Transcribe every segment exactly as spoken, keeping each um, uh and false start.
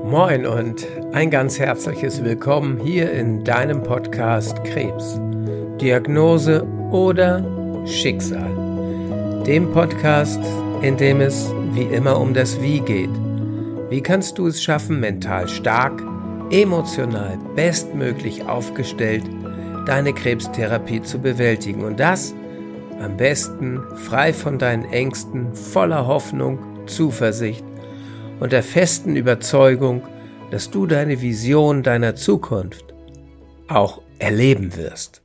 Moin und ein ganz herzliches Willkommen hier in deinem Podcast Krebs, Diagnose oder Schicksal. Dem Podcast, in dem es wie immer um das Wie geht. Wie kannst du es schaffen, mental stark, emotional bestmöglich aufgestellt, deine Krebstherapie zu bewältigen und das am besten frei von deinen Ängsten, voller Hoffnung, Zuversicht und der festen Überzeugung, dass du deine Vision deiner Zukunft auch erleben wirst.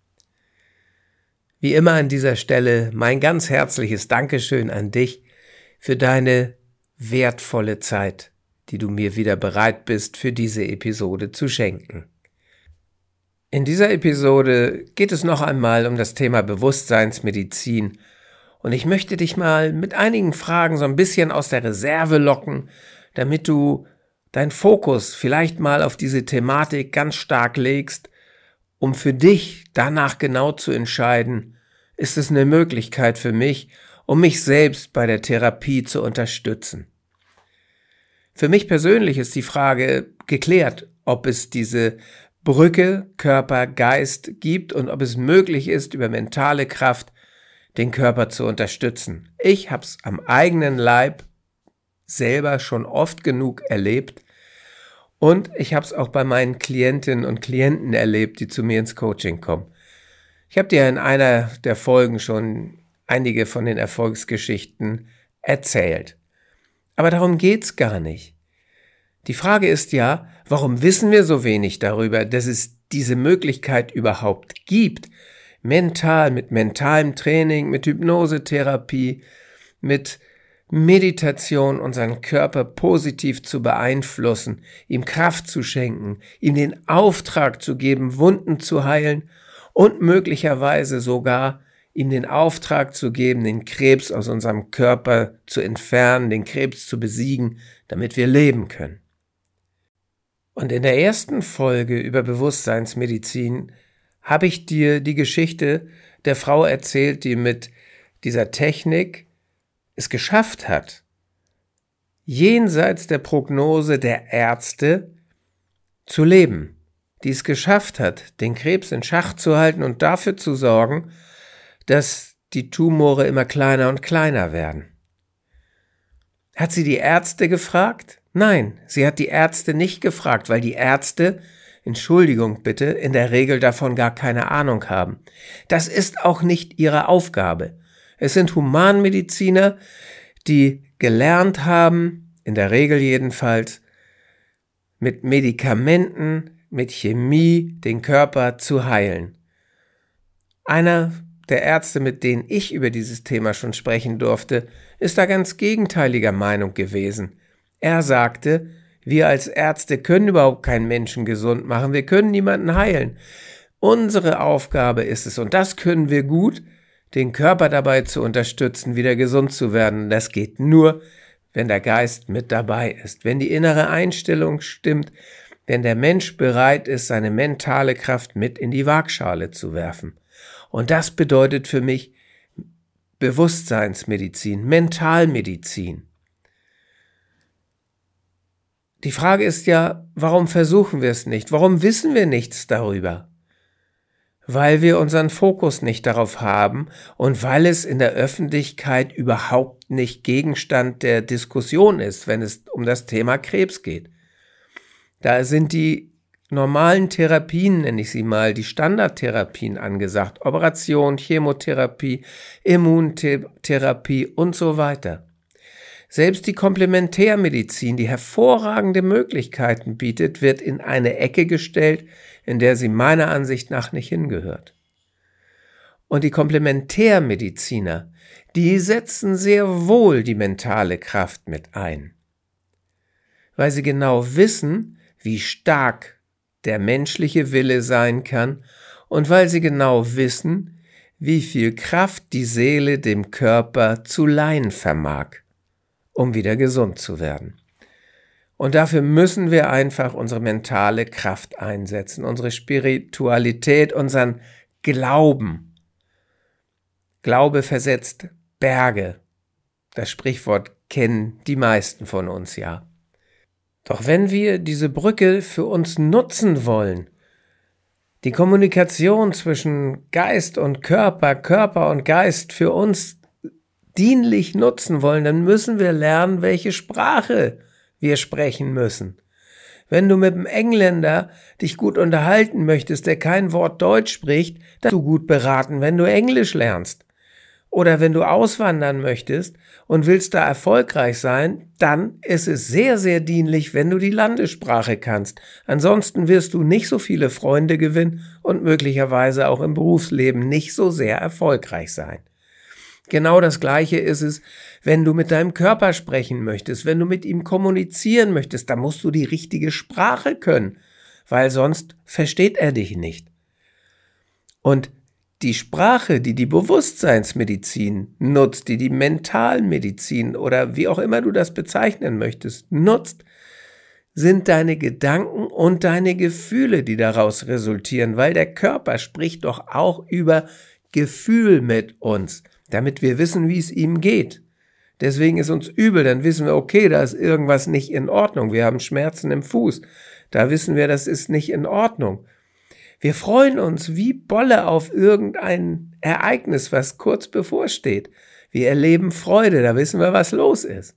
Wie immer an dieser Stelle mein ganz herzliches Dankeschön an dich für deine wertvolle Zeit, die du mir wieder bereit bist, für diese Episode zu schenken. In dieser Episode geht es noch einmal um das Thema Bewusstseinsmedizin und ich möchte dich mal mit einigen Fragen so ein bisschen aus der Reserve locken, damit du deinen Fokus vielleicht mal auf diese Thematik ganz stark legst, um für dich danach genau zu entscheiden, ist es eine Möglichkeit für mich, um mich selbst bei der Therapie zu unterstützen. Für mich persönlich ist die Frage geklärt, ob es diese Brücke Körper-Geist gibt und ob es möglich ist, über mentale Kraft den Körper zu unterstützen. Ich habe es am eigenen Leib selber schon oft genug erlebt und ich habe es auch bei meinen Klientinnen und Klienten erlebt, die zu mir ins Coaching kommen. Ich habe dir in einer der Folgen schon einige von den Erfolgsgeschichten erzählt. Aber darum geht's gar nicht. Die Frage ist ja, warum wissen wir so wenig darüber, dass es diese Möglichkeit überhaupt gibt, mental, mit mentalem Training, mit Hypnosetherapie, mit Meditation unseren Körper positiv zu beeinflussen, ihm Kraft zu schenken, ihm den Auftrag zu geben, Wunden zu heilen und möglicherweise sogar ihm den Auftrag zu geben, den Krebs aus unserem Körper zu entfernen, den Krebs zu besiegen, damit wir leben können. Und in der ersten Folge über Bewusstseinsmedizin habe ich dir die Geschichte der Frau erzählt, die mit dieser Technik es geschafft hat, jenseits der Prognose der Ärzte zu leben, die es geschafft hat, den Krebs in Schach zu halten und dafür zu sorgen, dass die Tumore immer kleiner und kleiner werden. Hat sie die Ärzte gefragt? Nein, sie hat die Ärzte nicht gefragt, weil die Ärzte, Entschuldigung bitte, in der Regel davon gar keine Ahnung haben. Das ist auch nicht ihre Aufgabe. Es sind Humanmediziner, die gelernt haben, in der Regel jedenfalls, mit Medikamenten, mit Chemie den Körper zu heilen. Einer der Ärzte, mit denen ich über dieses Thema schon sprechen durfte, ist da ganz gegenteiliger Meinung gewesen. Er sagte, wir als Ärzte können überhaupt keinen Menschen gesund machen, wir können niemanden heilen. Unsere Aufgabe ist es, und das können wir gut, den Körper dabei zu unterstützen, wieder gesund zu werden. Das geht nur, wenn der Geist mit dabei ist, wenn die innere Einstellung stimmt, wenn der Mensch bereit ist, seine mentale Kraft mit in die Waagschale zu werfen. Und das bedeutet für mich Bewusstseinsmedizin, Mentalmedizin. Die Frage ist ja, warum versuchen wir es nicht? Warum wissen wir nichts darüber? Weil wir unseren Fokus nicht darauf haben und weil es in der Öffentlichkeit überhaupt nicht Gegenstand der Diskussion ist, wenn es um das Thema Krebs geht. Da sind die normalen Therapien, nenne ich sie mal, die Standardtherapien angesagt, Operation, Chemotherapie, Immuntherapie und so weiter. Selbst die Komplementärmedizin, die hervorragende Möglichkeiten bietet, wird in eine Ecke gestellt, in der sie meiner Ansicht nach nicht hingehört. Und die Komplementärmediziner, die setzen sehr wohl die mentale Kraft mit ein, weil sie genau wissen, wie stark der menschliche Wille sein kann und weil sie genau wissen, wie viel Kraft die Seele dem Körper zu leihen vermag, um wieder gesund zu werden. Und dafür müssen wir einfach unsere mentale Kraft einsetzen, unsere Spiritualität, unseren Glauben. Glaube versetzt Berge. Das Sprichwort kennen die meisten von uns ja. Doch wenn wir diese Brücke für uns nutzen wollen, die Kommunikation zwischen Geist und Körper, Körper und Geist für uns dienlich nutzen wollen, dann müssen wir lernen, welche Sprache wir sprechen müssen. Wenn du mit einem Engländer dich gut unterhalten möchtest, der kein Wort Deutsch spricht, dann bist du gut beraten, wenn du Englisch lernst. Oder wenn du auswandern möchtest und willst da erfolgreich sein, dann ist es sehr, sehr dienlich, wenn du die Landessprache kannst. Ansonsten wirst du nicht so viele Freunde gewinnen und möglicherweise auch im Berufsleben nicht so sehr erfolgreich sein. Genau das Gleiche ist es, wenn du mit deinem Körper sprechen möchtest, wenn du mit ihm kommunizieren möchtest, dann musst du die richtige Sprache können, weil sonst versteht er dich nicht. Und die Sprache, die die Bewusstseinsmedizin nutzt, die die Mentalmedizin oder wie auch immer du das bezeichnen möchtest, nutzt, sind deine Gedanken und deine Gefühle, die daraus resultieren, weil der Körper spricht doch auch über Gefühl mit uns, damit wir wissen, wie es ihm geht. Deswegen ist uns übel, dann wissen wir, okay, da ist irgendwas nicht in Ordnung, wir haben Schmerzen im Fuß, da wissen wir, das ist nicht in Ordnung. Wir freuen uns wie Bolle auf irgendein Ereignis, was kurz bevorsteht. Wir erleben Freude, da wissen wir, was los ist.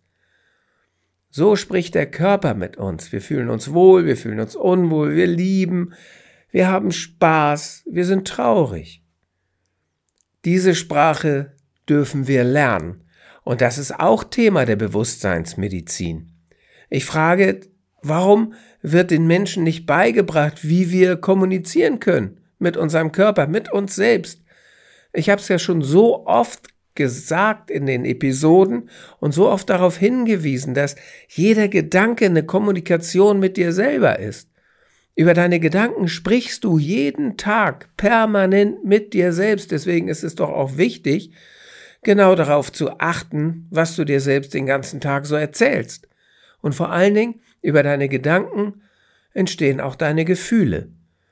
So spricht der Körper mit uns. Wir fühlen uns wohl, wir fühlen uns unwohl, wir lieben, wir haben Spaß, wir sind traurig. Diese Sprache dürfen wir lernen. Und das ist auch Thema der Bewusstseinsmedizin. Ich frage, warum wird den Menschen nicht beigebracht, wie wir kommunizieren können mit unserem Körper, mit uns selbst? Ich habe es ja schon so oft gesagt in den Episoden und so oft darauf hingewiesen, dass jeder Gedanke eine Kommunikation mit dir selber ist. Über deine Gedanken sprichst du jeden Tag permanent mit dir selbst. Deswegen ist es doch auch wichtig, genau darauf zu achten, was du dir selbst den ganzen Tag so erzählst. Und vor allen Dingen, über deine Gedanken entstehen auch deine Gefühle.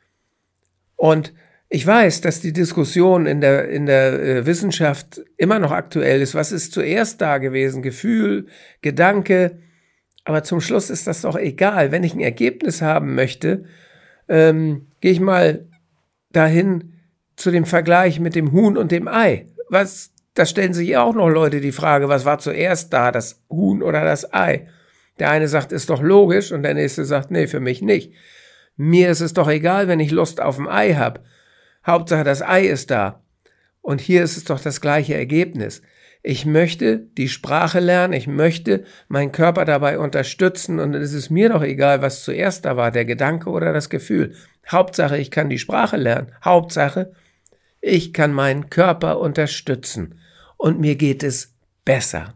Und ich weiß, dass die Diskussion in der, in der äh, Wissenschaft immer noch aktuell ist. Was ist zuerst da gewesen? Gefühl, Gedanke? Aber zum Schluss ist das doch egal. Wenn ich ein Ergebnis haben möchte, ähm, gehe ich mal dahin zu dem Vergleich mit dem Huhn und dem Ei. Was, da stellen sich auch noch Leute die Frage, was war zuerst da, das Huhn oder das Ei? Der eine sagt, ist doch logisch, und der nächste sagt, nee, für mich nicht. Mir ist es doch egal, wenn ich Lust auf ein Ei habe. Hauptsache, das Ei ist da. Und hier ist es doch das gleiche Ergebnis. Ich möchte die Sprache lernen, ich möchte meinen Körper dabei unterstützen, und es ist mir doch egal, was zuerst da war, der Gedanke oder das Gefühl. Hauptsache, ich kann die Sprache lernen. Hauptsache, ich kann meinen Körper unterstützen und mir geht es besser.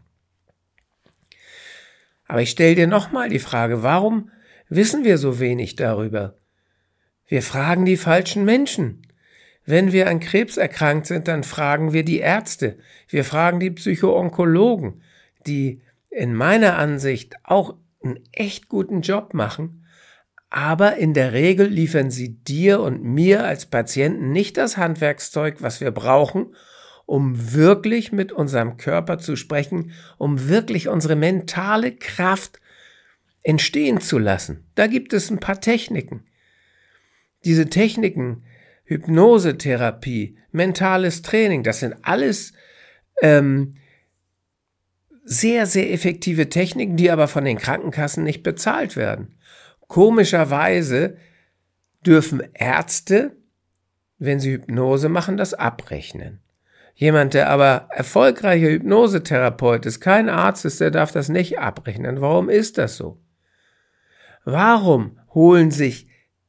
Aber ich stelle dir nochmal die Frage, warum wissen wir so wenig darüber? Wir fragen die falschen Menschen. Wenn wir an Krebs erkrankt sind, dann fragen wir die Ärzte. Wir fragen die Psychoonkologen, die in meiner Ansicht auch einen echt guten Job machen, aber in der Regel liefern sie dir und mir als Patienten nicht das Handwerkszeug, was wir brauchen, um wirklich mit unserem Körper zu sprechen, um wirklich unsere mentale Kraft entstehen zu lassen. Da gibt es ein paar Techniken. Diese Techniken, Hypnosetherapie, mentales Training, das sind alles ähm, sehr, sehr effektive Techniken, die aber von den Krankenkassen nicht bezahlt werden. Komischerweise dürfen Ärzte, wenn sie Hypnose machen, das abrechnen. Jemand, der aber erfolgreicher Hypnosetherapeut ist, kein Arzt ist, der darf das nicht abrechnen. Warum ist das so? Warum holen sich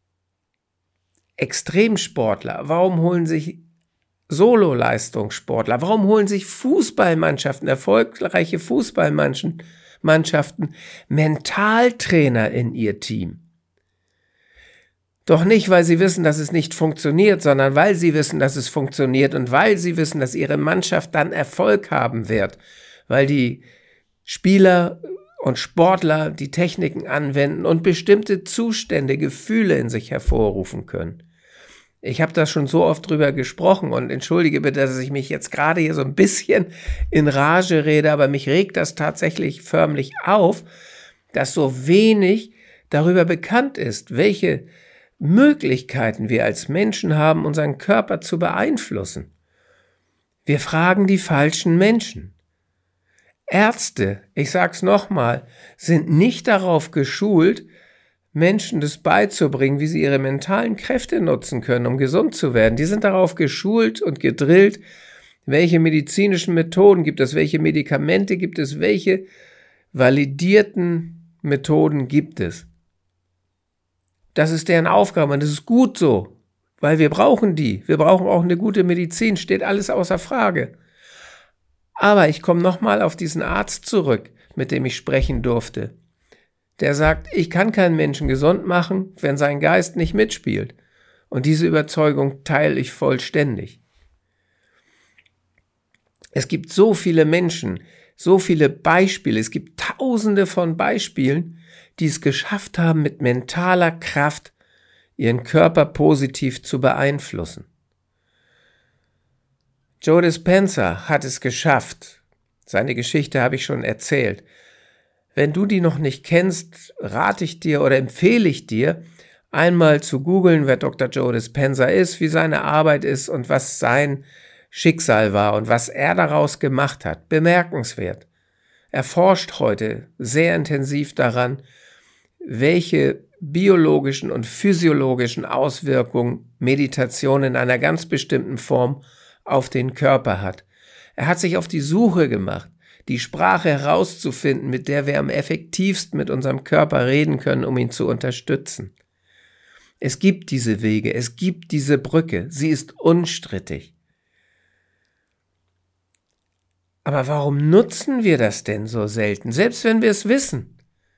Extremsportler, warum holen sich Solo-Leistungssportler, warum holen sich Fußballmannschaften, erfolgreiche Fußballmannschaften, Mentaltrainer in ihr Team? Doch nicht, weil sie wissen, dass es nicht funktioniert, sondern weil sie wissen, dass es funktioniert und weil sie wissen, dass ihre Mannschaft dann Erfolg haben wird, weil die Spieler und Sportler die Techniken anwenden und bestimmte Zustände, Gefühle in sich hervorrufen können. Ich habe da schon so oft drüber gesprochen und entschuldige bitte, dass ich mich jetzt gerade hier so ein bisschen in Rage rede, aber mich regt das tatsächlich förmlich auf, dass so wenig darüber bekannt ist, welche Möglichkeiten wir als Menschen haben, unseren Körper zu beeinflussen. Wir fragen die falschen Menschen. Ärzte, ich sag's nochmal, sind nicht darauf geschult, Menschen das beizubringen, wie sie ihre mentalen Kräfte nutzen können, um gesund zu werden. Die sind darauf geschult und gedrillt, welche medizinischen Methoden gibt es, welche Medikamente gibt es, welche validierten Methoden gibt es. Das ist deren Aufgabe und das ist gut so, weil wir brauchen die. Wir brauchen auch eine gute Medizin, steht alles außer Frage. Aber ich komme nochmal auf diesen Arzt zurück, mit dem ich sprechen durfte. Der sagt, ich kann keinen Menschen gesund machen, wenn sein Geist nicht mitspielt. Und diese Überzeugung teile ich vollständig. Es gibt so viele Menschen, so viele Beispiele, es gibt tausende von Beispielen, die es geschafft haben, mit mentaler Kraft ihren Körper positiv zu beeinflussen. Joe Dispenza hat es geschafft. Seine Geschichte habe ich schon erzählt. Wenn du die noch nicht kennst, rate ich dir oder empfehle ich dir, einmal zu googeln, wer Doktor Joe Dispenza ist, wie seine Arbeit ist und was sein Schicksal war und was er daraus gemacht hat. Bemerkenswert. Er forscht heute sehr intensiv daran, welche biologischen und physiologischen Auswirkungen Meditation in einer ganz bestimmten Form auf den Körper hat. Er hat sich auf die Suche gemacht, die Sprache herauszufinden, mit der wir am effektivsten mit unserem Körper reden können, um ihn zu unterstützen. Es gibt diese Wege, es gibt diese Brücke, sie ist unstrittig. Aber warum nutzen wir das denn so selten, selbst wenn wir es wissen?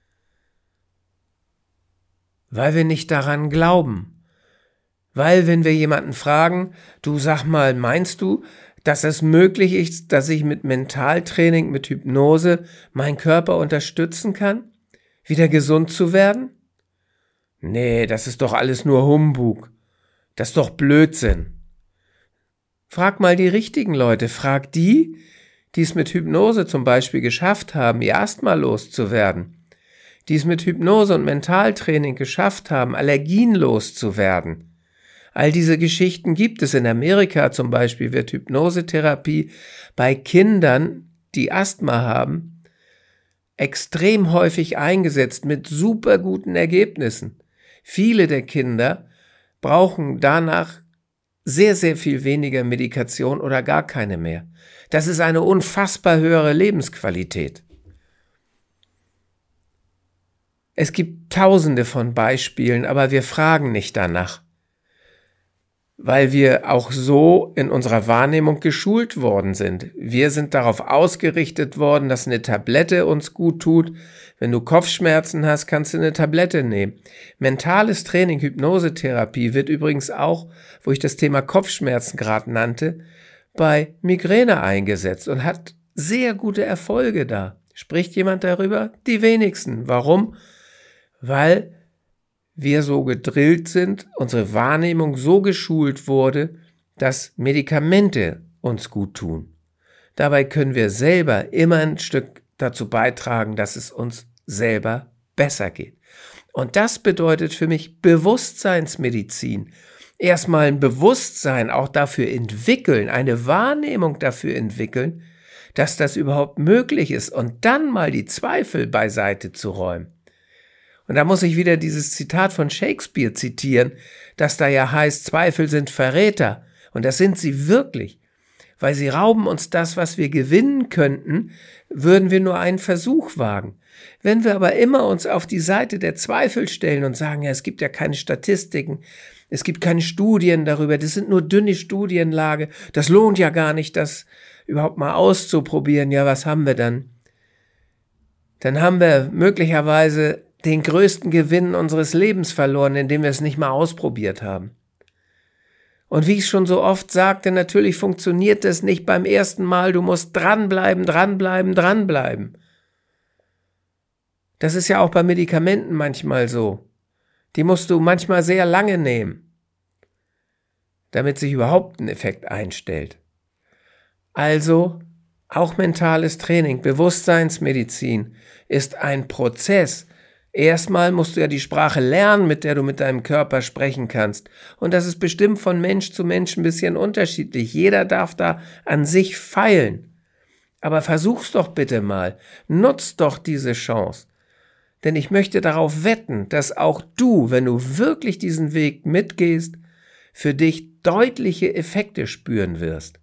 Weil wir nicht daran glauben. Weil, wenn wir jemanden fragen, du sag mal, meinst du, dass es möglich ist, dass ich mit Mentaltraining, mit Hypnose meinen Körper unterstützen kann, wieder gesund zu werden? Nee, das ist doch alles nur Humbug. Das ist doch Blödsinn. Frag mal die richtigen Leute, frag die, die es mit Hypnose zum Beispiel geschafft haben, ihr Asthma loszuwerden, die es mit Hypnose und Mentaltraining geschafft haben, Allergien loszuwerden. All diese Geschichten gibt es. In Amerika zum Beispiel wird Hypnosetherapie bei Kindern, die Asthma haben, extrem häufig eingesetzt mit super guten Ergebnissen. Viele der Kinder brauchen danach sehr, sehr viel weniger Medikation oder gar keine mehr. Das ist eine unfassbar höhere Lebensqualität. Es gibt tausende von Beispielen, aber wir fragen nicht danach, weil wir auch so in unserer Wahrnehmung geschult worden sind. Wir sind darauf ausgerichtet worden, dass eine Tablette uns gut tut. Wenn du Kopfschmerzen hast, kannst du eine Tablette nehmen. Mentales Training, Hypnosetherapie wird übrigens auch, wo ich das Thema Kopfschmerzen gerade nannte, bei Migräne eingesetzt und hat sehr gute Erfolge da. Spricht jemand darüber? Die wenigsten. Warum? Weil wir so gedrillt sind, unsere Wahrnehmung so geschult wurde, dass Medikamente uns gut tun. Dabei können wir selber immer ein Stück dazu beitragen, dass es uns selber besser geht. Und das bedeutet für mich Bewusstseinsmedizin. Erstmal ein Bewusstsein auch dafür entwickeln, eine Wahrnehmung dafür entwickeln, dass das überhaupt möglich ist und dann mal die Zweifel beiseite zu räumen. Und da muss ich wieder dieses Zitat von Shakespeare zitieren, das da ja heißt, Zweifel sind Verräter. Und das sind sie wirklich, weil sie rauben uns das, was wir gewinnen könnten, würden wir nur einen Versuch wagen. Wenn wir aber immer uns auf die Seite der Zweifel stellen und sagen, ja, es gibt ja keine Statistiken, es gibt keine Studien darüber, das sind nur dünne Studienlage, das lohnt ja gar nicht, das überhaupt mal auszuprobieren, ja, was haben wir dann? Dann haben wir möglicherweise den größten Gewinn unseres Lebens verloren, indem wir es nicht mal ausprobiert haben. Und wie ich schon so oft sagte, natürlich funktioniert das nicht beim ersten Mal, du musst dranbleiben, dranbleiben, dranbleiben. Das ist ja auch bei Medikamenten manchmal so. Die musst du manchmal sehr lange nehmen, damit sich überhaupt ein Effekt einstellt. Also, auch mentales Training, Bewusstseinsmedizin ist ein Prozess, Erstmal musst du ja die Sprache lernen, mit der du mit deinem Körper sprechen kannst. Und das ist bestimmt von Mensch zu Mensch ein bisschen unterschiedlich. Jeder darf da an sich feilen. Aber versuch's doch bitte mal. Nutz doch diese Chance. Denn ich möchte darauf wetten, dass auch du, wenn du wirklich diesen Weg mitgehst, für dich deutliche Effekte spüren wirst.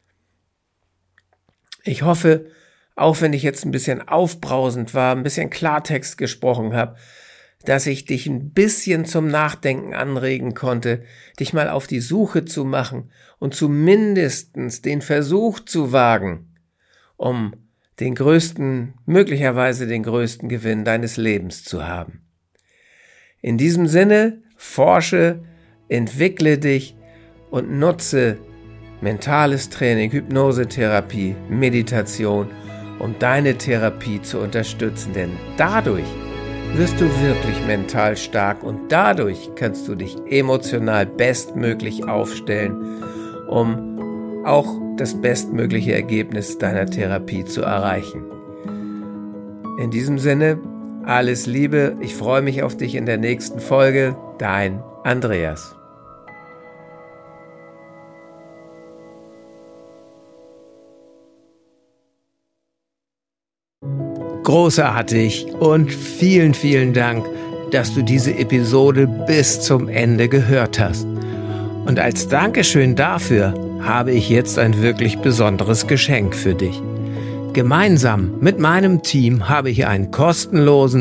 Ich hoffe, auch wenn ich jetzt ein bisschen aufbrausend war, ein bisschen Klartext gesprochen habe, dass ich dich ein bisschen zum Nachdenken anregen konnte, dich mal auf die Suche zu machen und zumindestens den Versuch zu wagen, um den größten, möglicherweise den größten Gewinn deines Lebens zu haben. In diesem Sinne, forsche, entwickle dich und nutze mentales Training, Hypnosetherapie, Meditation, um deine Therapie zu unterstützen, denn dadurch wirst du wirklich mental stark und dadurch kannst du dich emotional bestmöglich aufstellen, um auch das bestmögliche Ergebnis deiner Therapie zu erreichen. In diesem Sinne, alles Liebe, ich freue mich auf dich in der nächsten Folge, dein Andreas. Großartig und vielen, vielen Dank, dass du diese Episode bis zum Ende gehört hast. Und als Dankeschön dafür habe ich jetzt ein wirklich besonderes Geschenk für dich. Gemeinsam mit meinem Team habe ich einen kostenlosen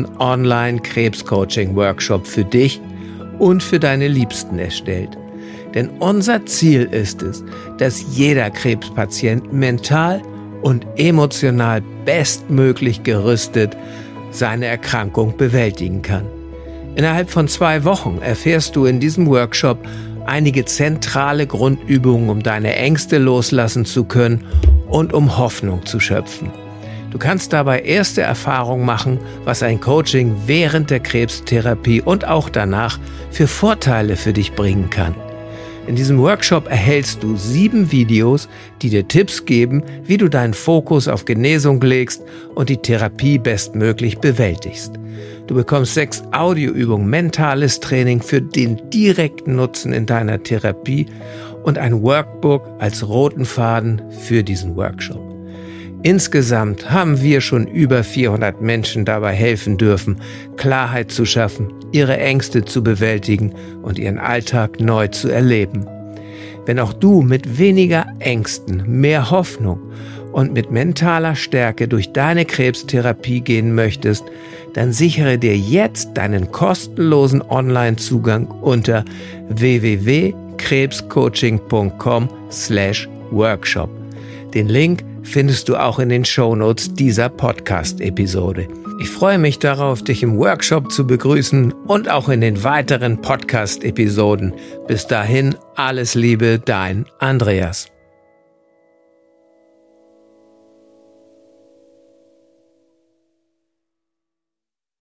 Online-Krebs-Coaching-Workshop für dich und für deine Liebsten erstellt. Denn unser Ziel ist es, dass jeder Krebspatient mental und emotional bestmöglich gerüstet seine Erkrankung bewältigen kann. Innerhalb von zwei Wochen erfährst du in diesem Workshop einige zentrale Grundübungen, um deine Ängste loslassen zu können und um Hoffnung zu schöpfen. Du kannst dabei erste Erfahrungen machen, was ein Coaching während der Krebstherapie und auch danach für Vorteile für dich bringen kann. In diesem Workshop erhältst du sieben Videos, die dir Tipps geben, wie du deinen Fokus auf Genesung legst und die Therapie bestmöglich bewältigst. Du bekommst sechs Audioübungen, mentales Training für den direkten Nutzen in deiner Therapie und ein Workbook als roten Faden für diesen Workshop. Insgesamt haben wir schon über vierhundert Menschen dabei helfen dürfen, Klarheit zu schaffen, ihre Ängste zu bewältigen und ihren Alltag neu zu erleben. Wenn auch du mit weniger Ängsten, mehr Hoffnung und mit mentaler Stärke durch deine Krebstherapie gehen möchtest, dann sichere dir jetzt deinen kostenlosen Online-Zugang unter w w w punkt krebscoaching punkt com slash workshop. Den Link findest du auch in den Shownotes dieser Podcast-Episode. Ich freue mich darauf, dich im Workshop zu begrüßen und auch in den weiteren Podcast-Episoden. Bis dahin, alles Liebe, dein Andreas.